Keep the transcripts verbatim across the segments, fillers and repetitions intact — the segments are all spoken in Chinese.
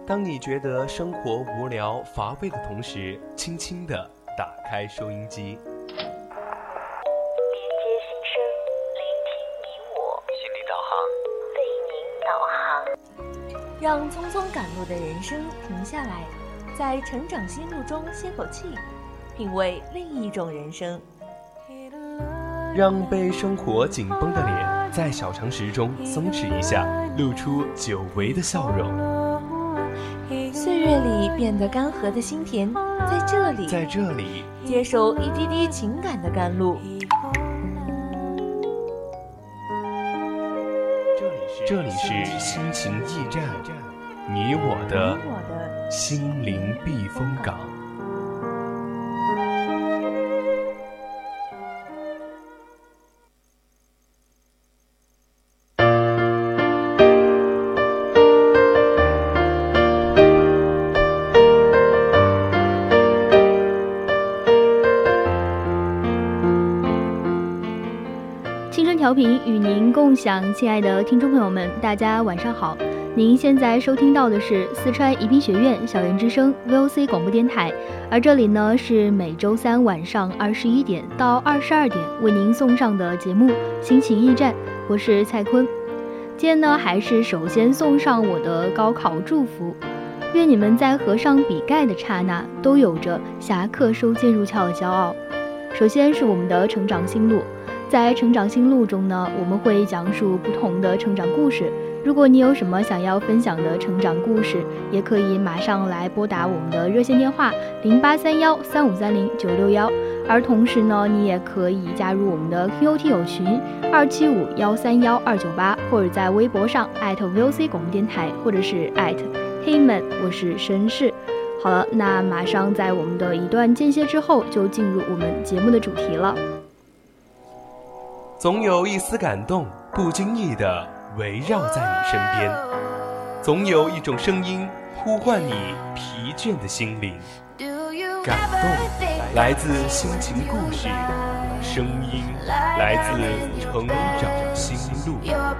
当你觉得生活无聊乏味的同时，轻轻地打开收音机， 连接心声，聆听你我， 心理导航， 为您导航，让匆匆赶路的人生停下来，在成长心路中歇口气，品味另一种人生。 让被生活紧绷的脸在小常识中松弛一下，露出久违的笑容。 岁月里变得干涸的心田，在这里， 在这里接受一滴滴情感的甘露。 这里是心情驿站，你我的心灵避风港。 调频与您共享，亲爱的听众朋友们，大家晚上好。您现在收听到的是四川宜宾学院校园之声 V O C 广播电台，而这里呢是每周三晚上二十一点到二十二点为您送上的节目《心情驿站》，我是蔡坤。今天呢，还是首先送上我的高考祝福，愿你们在合上笔盖的刹那，都有着侠客收剑入鞘的骄傲。首先是我们的成长心路。在成长心路中呢，我们会讲述不同的成长故事。如果你有什么想要分享的成长故事，也可以马上来拨打我们的热线电话零八三幺三五三零九六幺，而同时呢，你也可以加入我们的 Q O 听友群二七五幺三幺二九八，或者在微博上艾特 V O C 广播电台，或者是艾特黑们，我是绅士。好了，那马上在我们的一段间歇之后，就进入我们节目的主题了。 总有一丝感动，不经意地围绕在你身边；总有一种声音呼唤你疲倦的心灵。感动来自心情故事，声音来自成长心路。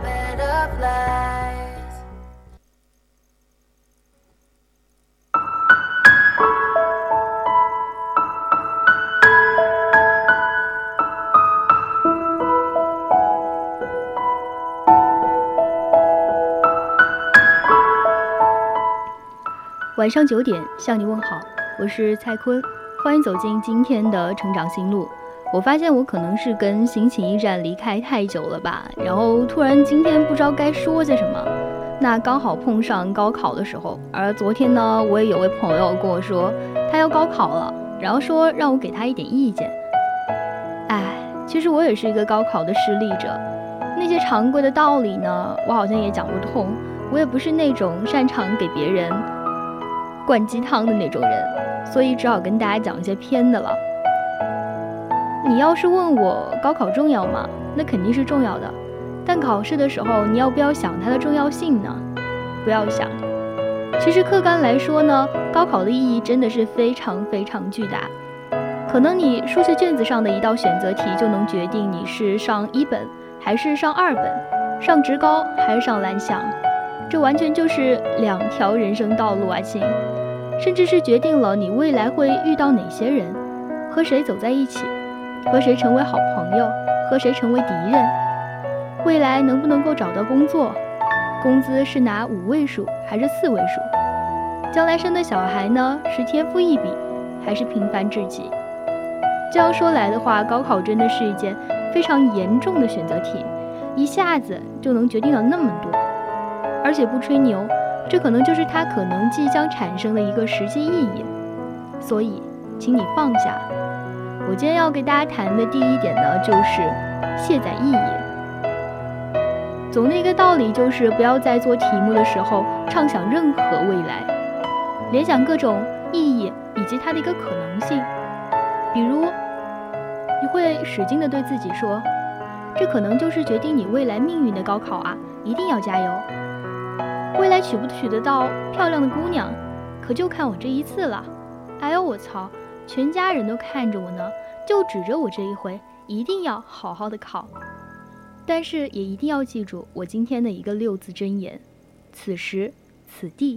晚上九点向你问好，我是蔡坤，欢迎走进今天的成长心路。我发现我可能是跟心情驿站离开太久了吧，然后突然今天不知道该说些什么，那刚好碰上高考的时候。而昨天呢，我也有位朋友跟我说他要高考了，然后说让我给他一点意见。哎，其实我也是一个高考的失利者，那些常规的道理呢，我好像也讲不通，我也不是那种擅长给别人灌鸡汤的那种人，所以只好跟大家讲一些偏的了。你要是问我高考重要吗？那肯定是重要的，但考试的时候你要不要想它的重要性呢？不要想。其实客观来说呢，高考的意义真的是非常非常巨大。可能你数学卷子上的一道选择题就能决定你是上一本还是上二本，上职高还是上蓝翔，这完全就是两条人生道路啊亲，甚至是决定了你未来会遇到哪些人，和谁走在一起，和谁成为好朋友，和谁成为敌人，未来能不能够找到工作，工资是拿五位数还是四位数，将来生的小孩呢是天赋异禀还是平凡至极。这样说来的话，高考真的是一件非常严重的选择题，一下子就能决定了那么多。而且不吹牛，这可能就是它可能即将产生的一个实际意义。所以请你放下。我今天要给大家谈的第一点呢，就是卸载意义。总的一个道理就是不要在做题目的时候畅想任何未来，联想各种意义以及它的一个可能性。比如你会使劲地对自己说，这可能就是决定你未来命运的高考啊，一定要加油。未来娶不娶得到漂亮的姑娘，可就看我这一次了。哎呦我操，全家人都看着我呢，就指着我这一回一定要好好的考。但是也一定要记住我今天的一个六字真言：此时此地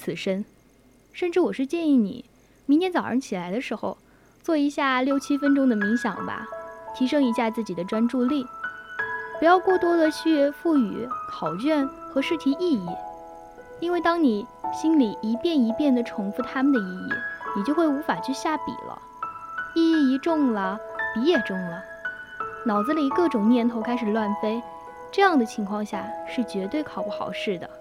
此生。甚至我是建议你明天早上起来的时候做一下六七分钟的冥想吧，提升一下自己的专注力，不要过多的去赋予考卷和试题意义，因为当你心里一遍一遍地重复它们的意义，你就会无法去下笔了。意义一重了，笔也重了，脑子里各种念头开始乱飞，这样的情况下是绝对考不好试的。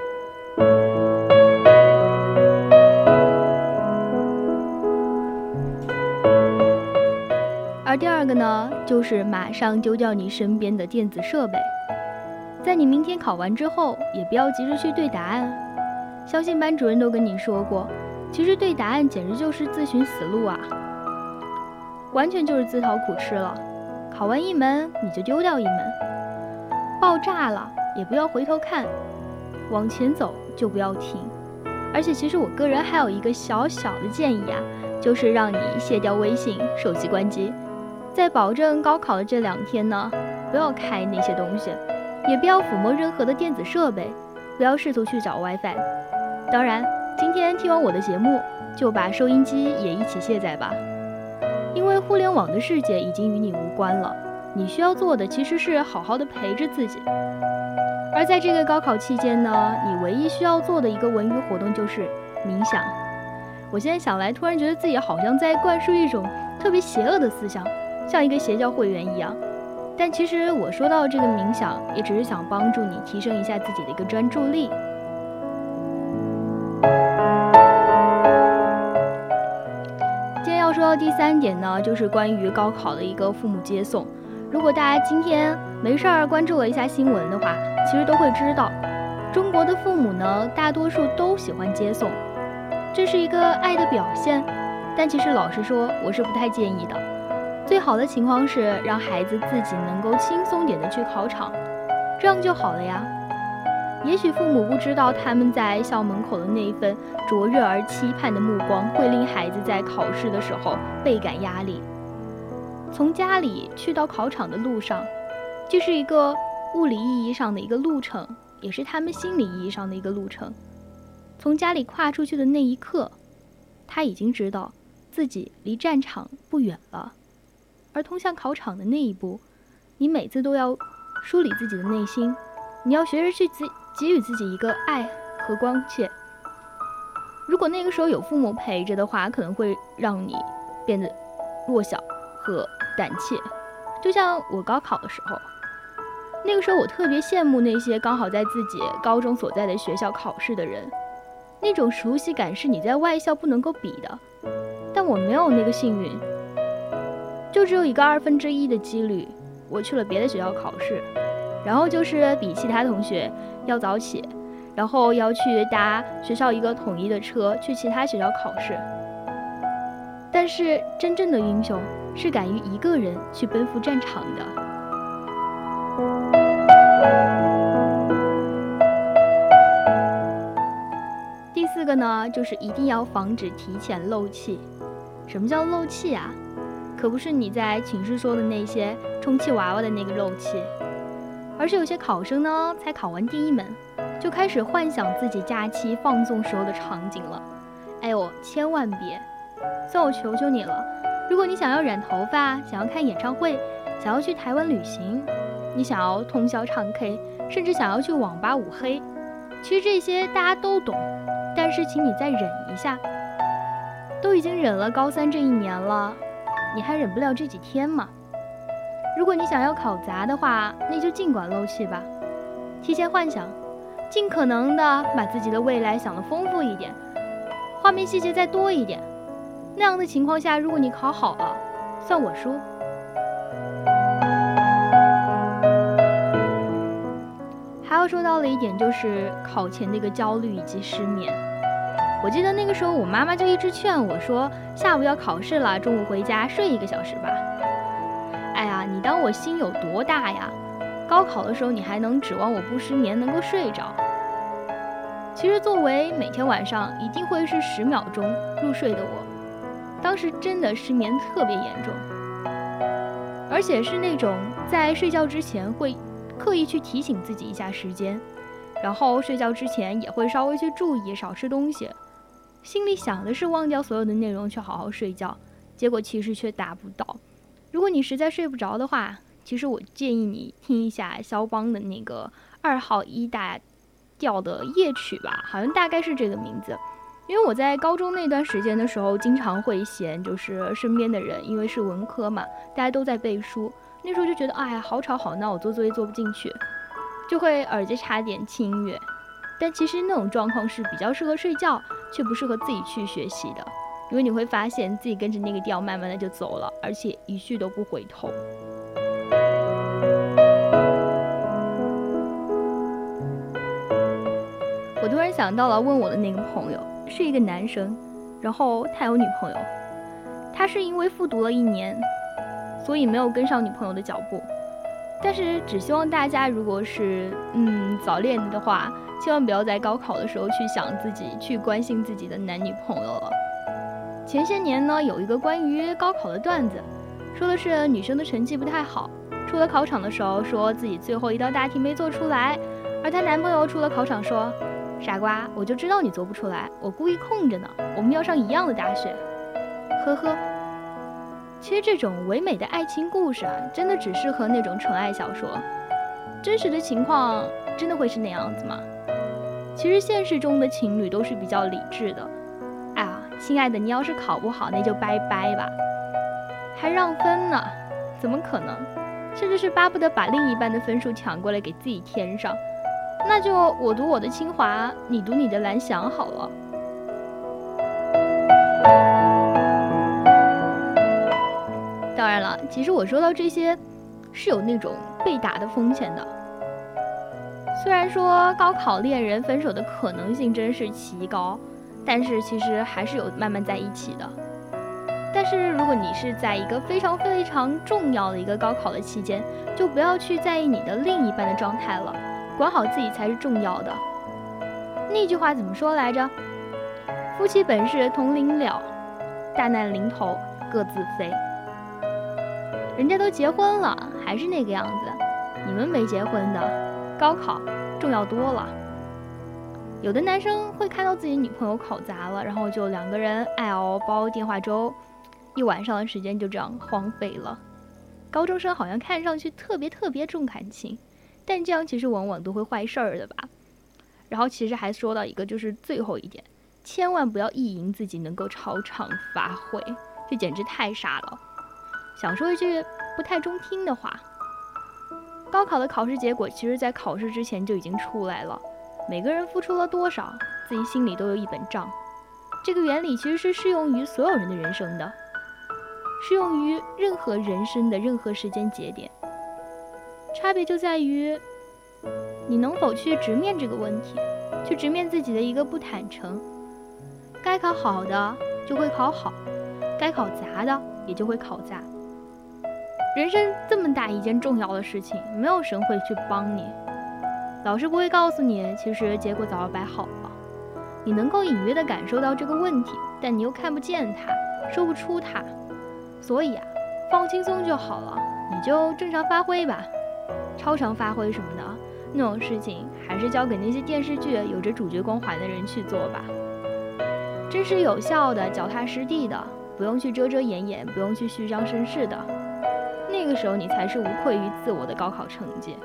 而第二个呢，就是马上丢掉你身边的电子设备。在你明天考完之后，也不要急着去对答案。相信班主任都跟你说过，其实对答案简直就是自寻死路啊，完全就是自讨苦吃了。考完一门你就丢掉一门，爆炸了也不要回头看，往前走就不要停。而且其实我个人还有一个小小的建议啊，就是让你卸掉微信，手机关机，在保证高考的这两天呢，不要开那些东西，也不要抚摸任何的电子设备，不要试图去找 WiFi。 当然今天听完我的节目，就把收音机也一起卸载吧，因为互联网的世界已经与你无关了，你需要做的其实是好好的陪着自己。而在这个高考期间呢，你唯一需要做的一个文娱活动就是冥想。我现在想来，突然觉得自己好像在灌输一种特别邪恶的思想，像一个邪教会员一样。但其实我说到这个冥想，也只是想帮助你提升一下自己的一个专注力。今天要说到第三点呢，就是关于高考的一个父母接送。如果大家今天没事儿关注了一下新闻的话，其实都会知道，中国的父母呢，大多数都喜欢接送，这是一个爱的表现。但其实老实说，我是不太建议的。最好的情况是让孩子自己能够轻松点的去考场，这样就好了呀。也许父母不知道，他们在校门口的那一份灼热而期盼的目光，会令孩子在考试的时候倍感压力。从家里去到考场的路上，这是一个物理意义上的一个路程，也是他们心理意义上的一个路程。从家里跨出去的那一刻，他已经知道自己离战场不远了。而通向考场的那一步，你每次都要梳理自己的内心，你要学着去给给予自己一个爱和关切。如果那个时候有父母陪着的话，可能会让你变得弱小和胆怯。就像我高考的时候，那个时候我特别羡慕那些刚好在自己高中所在的学校考试的人，那种熟悉感是你在外校不能够比的。但我没有那个幸运，就只有一个二分之一的几率，我去了别的学校考试，然后就是比其他同学要早起，然后要去搭学校一个统一的车去其他学校考试。但是真正的英雄是敢于一个人去奔赴战场的。第四个呢，就是一定要防止提前漏气。什么叫漏气啊？可不是你在寝室说的那些充气娃娃的那个漏气，而是有些考生呢，才考完第一门，就开始幻想自己假期放纵时候的场景了。哎呦，千万别！算我求求你了，如果你想要染头发，想要看演唱会，想要去台湾旅行，你想要通宵唱 K， 甚至想要去网吧舞黑，其实这些大家都懂，但是请你再忍一下。都已经忍了高三这一年了，你还忍不了这几天吗？如果你想要考砸的话，那就尽管漏气吧，提前幻想，尽可能的把自己的未来想得丰富一点，画面细节再多一点。那样的情况下，如果你考好了，算我输。还要说到了一点，就是考前的一个焦虑以及失眠。我记得那个时候我妈妈就一直劝我说，下午要考试了，中午回家睡一个小时吧。哎呀，你当我心有多大呀？高考的时候你还能指望我不失眠能够睡着？其实作为每天晚上一定会是十秒钟入睡的我，当时真的失眠特别严重，而且是那种在睡觉之前会刻意去提醒自己一下时间， 然后睡觉之前也会稍微去注意少吃东西，心里想的是忘掉所有的内容去好好睡觉，结果其实却达不到。如果你实在睡不着的话，其实我建议你听一下肖邦的那个二号 E 大调的夜曲吧，好像大概是这个名字。因为我在高中那段时间的时候，经常会嫌就是身边的人，因为是文科嘛，大家都在背书，那时候就觉得哎，好吵好闹，我做作业做不进去，就会耳机插点轻音乐。但其实那种状况是比较适合睡觉，却不适合自己去学习的，因为你会发现自己跟着那个调慢慢的就走了，而且一去都不回头。我突然想到了问我的那个朋友，是一个男生，然后他有女朋友，他是因为复读了一年，所以没有跟上女朋友的脚步。但是只希望大家如果是嗯早恋的话，千万不要在高考的时候去想自己，去关心自己的男女朋友了。前些年呢，有一个关于高考的段子，说的是女生的成绩不太好，出了考场的时候说自己最后一道大题没做出来，而她男朋友出了考场说，傻瓜，我就知道你做不出来，我故意空着呢，我们要上一样的大学，呵呵。其实这种唯美的爱情故事啊，真的只适合那种纯爱小说，真实的情况真的会是那样子吗？其实现实中的情侣都是比较理智的，哎呀，亲爱的，你要是考不好那就拜拜吧，还让分呢，怎么可能？甚至是巴不得把另一半的分数抢过来给自己添上，那就我读我的清华，你读你的蓝翔好了。当然了，其实我说到这些是有那种被打的风险的。虽然说高考恋人分手的可能性真是奇高，但是其实还是有慢慢在一起的。但是如果你是在一个非常非常重要的一个高考的期间，就不要去在意你的另一半的状态了，管好自己才是重要的。那句话怎么说来着？夫妻本是同林鸟，大难临头各自飞。人家都结婚了，还是那个样子，你们没结婚的，高考重要多了。有的男生会看到自己女朋友考砸了，然后就两个人爱熬煲电话粥，一晚上的时间就这样荒废了。高中生好像看上去特别特别重感情，但这样其实往往都会坏事儿的吧。然后其实还说到一个，就是最后一点，千万不要意淫自己能够超常发挥，这简直太傻了。想说一句不太中听的话，高考的考试结果其实在考试之前就已经出来了，每个人付出了多少，自己心里都有一本账。这个原理其实是适用于所有人的人生的，适用于任何人生的任何时间节点，差别就在于你能否去直面这个问题，去直面自己的一个不坦诚。该考好的就会考好，该考砸的也就会考砸。人生这么大一件重要的事情，没有神会去帮你，老师不会告诉你其实结果早就摆好了。你能够隐约地感受到这个问题，但你又看不见它，说不出它，所以啊，放轻松就好了，你就正常发挥吧。超常发挥什么的那种事情，还是交给那些电视剧有着主角光环的人去做吧。真实有效的，脚踏实地的，不用去遮遮掩掩，不用去虚张声势的，那个时候你才是无愧于自我的高考成绩。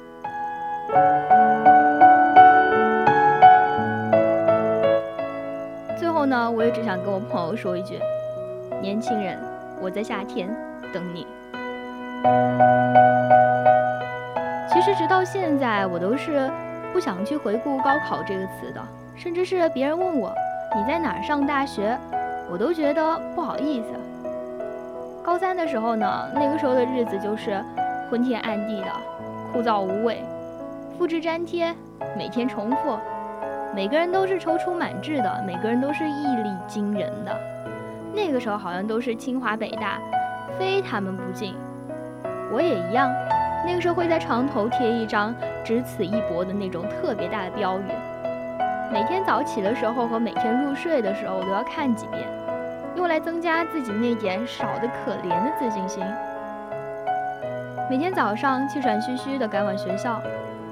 最后呢，我也只想跟我朋友说一句，年轻人，我在夏天等你。其实直到现在我都是不想去回顾高考这个词的，甚至是别人问我你在哪儿上大学，我都觉得不好意思。高三的时候呢，那个时候的日子就是昏天暗地的，枯燥无味，复制粘贴，每天重复，每个人都是踌躇满志的，每个人都是毅力惊人的。那个时候好像都是清华北大，非他们不进。我也一样，那个时候会在床头贴一张只此一搏的那种特别大的标语，每天早起的时候和每天入睡的时候我都要看几遍，用来增加自己那点少得可怜的自信心。每天早上气喘吁吁地赶往学校，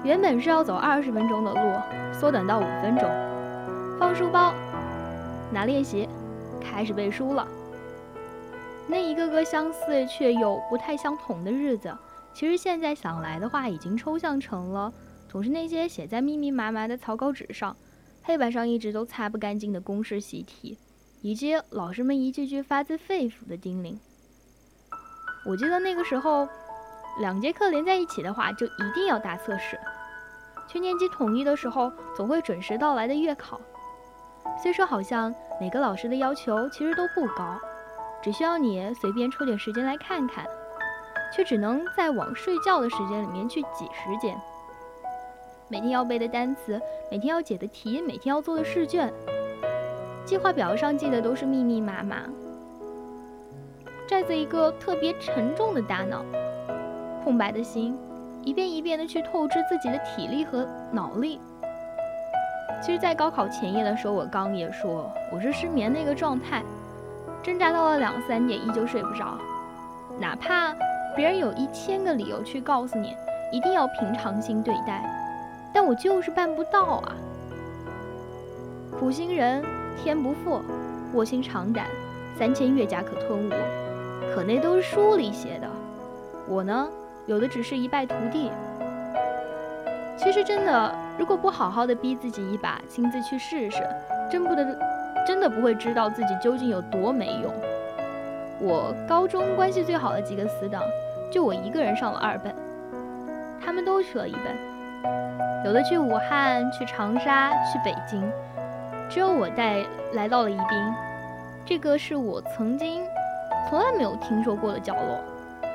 原本是要走二十分钟的路，缩短到五分钟。放书包，拿练习，开始背书了。那一个个相似却又不太相同的日子，其实现在想来的话，已经抽象成了总是那些写在密密麻麻的草稿纸上，黑板上一直都擦不干净的公式习题，以及老师们一句句发自肺腑的叮咛。我记得那个时候，两节课连在一起的话，就一定要大测试。全年级统一的时候，总会准时到来的月考。虽说好像每个老师的要求其实都不高，只需要你随便抽点时间来看看，却只能在往睡觉的时间里面去挤时间。每天要背的单词，每天要解的题，每天要做的试卷，计划表上记得都是密密麻麻，寨着一个特别沉重的大脑，空白的心一遍一遍的去透支自己的体力和脑力。其实在高考前夜的时候，我刚也说我是失眠那个状态，挣扎到了两三点依旧睡不着，哪怕别人有一千个理由去告诉你一定要平常心对待，但我就是办不到啊。苦心人天不负，卧薪尝胆，三千越甲可吞吴，可那都是书里写的，我呢有的只是一败涂地。其实真的，如果不好好的逼自己一把，亲自去试试，真不得真的不会知道自己究竟有多没用。我高中关系最好的几个死党，就我一个人上了二本，他们都去了一本，有的去武汉，去长沙，去北京，只有我带来到了宜宾，这个是我曾经从来没有听说过的角落。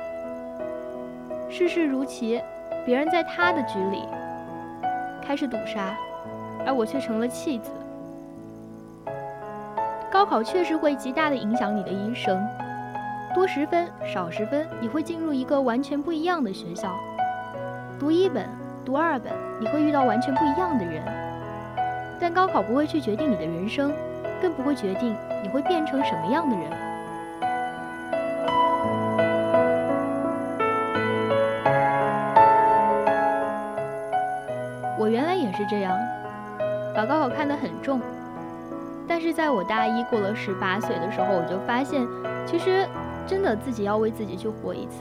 世事如棋，别人在他的局里开始赌沙，而我却成了弃子。高考确实会极大的影响你的一生，多十分少十分，你会进入一个完全不一样的学校，读一本读二本，你会遇到完全不一样的人。但高考不会去决定你的人生，更不会决定你会变成什么样的人。我原来也是这样，把高考看得很重，但是在我大一过了十八岁的时候，我就发现其实真的自己要为自己去活一次。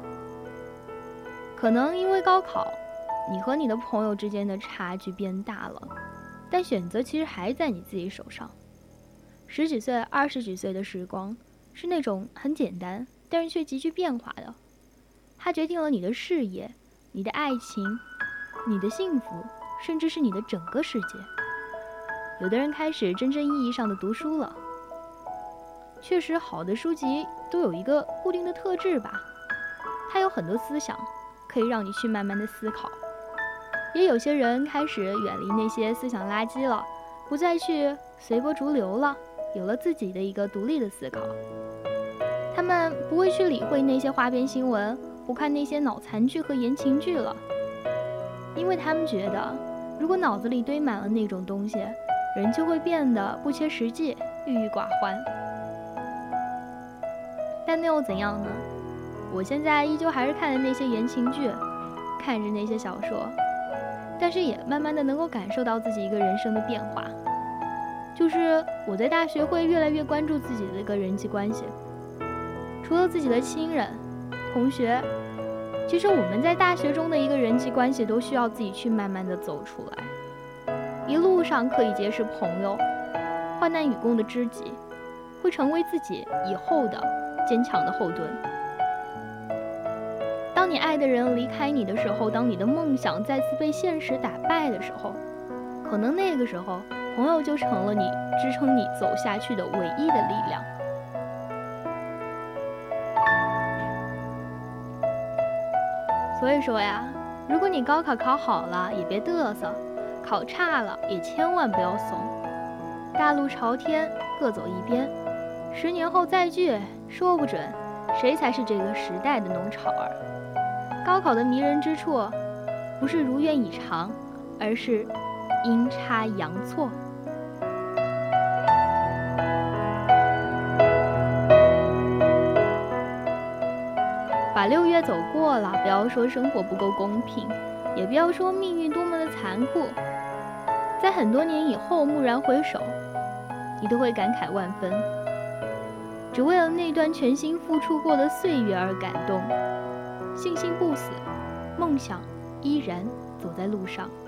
可能因为高考，你和你的朋友之间的差距变大了，但选择其实还在你自己手上。十几岁二十几岁的时光是那种很简单但是却极具变化的，它决定了你的事业，你的爱情，你的幸福，甚至是你的整个世界。有的人开始真正意义上的读书了。确实好的书籍都有一个固定的特质吧，它有很多思想可以让你去慢慢的思考。也有些人开始远离那些思想垃圾了，不再去随波逐流了，有了自己的一个独立的思考。他们不会去理会那些花边新闻，不看那些脑残剧和言情剧了，因为他们觉得如果脑子里堆满了那种东西，人就会变得不切实际，郁郁寡欢。但那又怎样呢？我现在依旧还是看着那些言情剧，看着那些小说，但是也慢慢的能够感受到自己一个人生的变化。就是我在大学会越来越关注自己的一个人际关系，除了自己的亲人、同学，其实我们在大学中的一个人际关系都需要自己去慢慢的走出来。一路上可以结识朋友，患难与共的知己，会成为自己以后的坚强的后盾。当你爱的人离开你的时候，当你的梦想再次被现实打败的时候，可能那个时候朋友就成了你支撑你走下去的唯一的力量。所以说呀，如果你高考考好了也别嘚瑟，考差了也千万不要怂。大路朝天，各走一边，十年后再聚，说不准谁才是这个时代的弄潮儿。高考的迷人之处，不是如愿以偿，而是阴差阳错。把六月走过了，不要说生活不够公平， 也不要说命运多么的残酷，在很多年以后蓦然回首，你都会感慨万分，只为了那段全心付出过的岁月而感动。信心不死，梦想依然走在路上。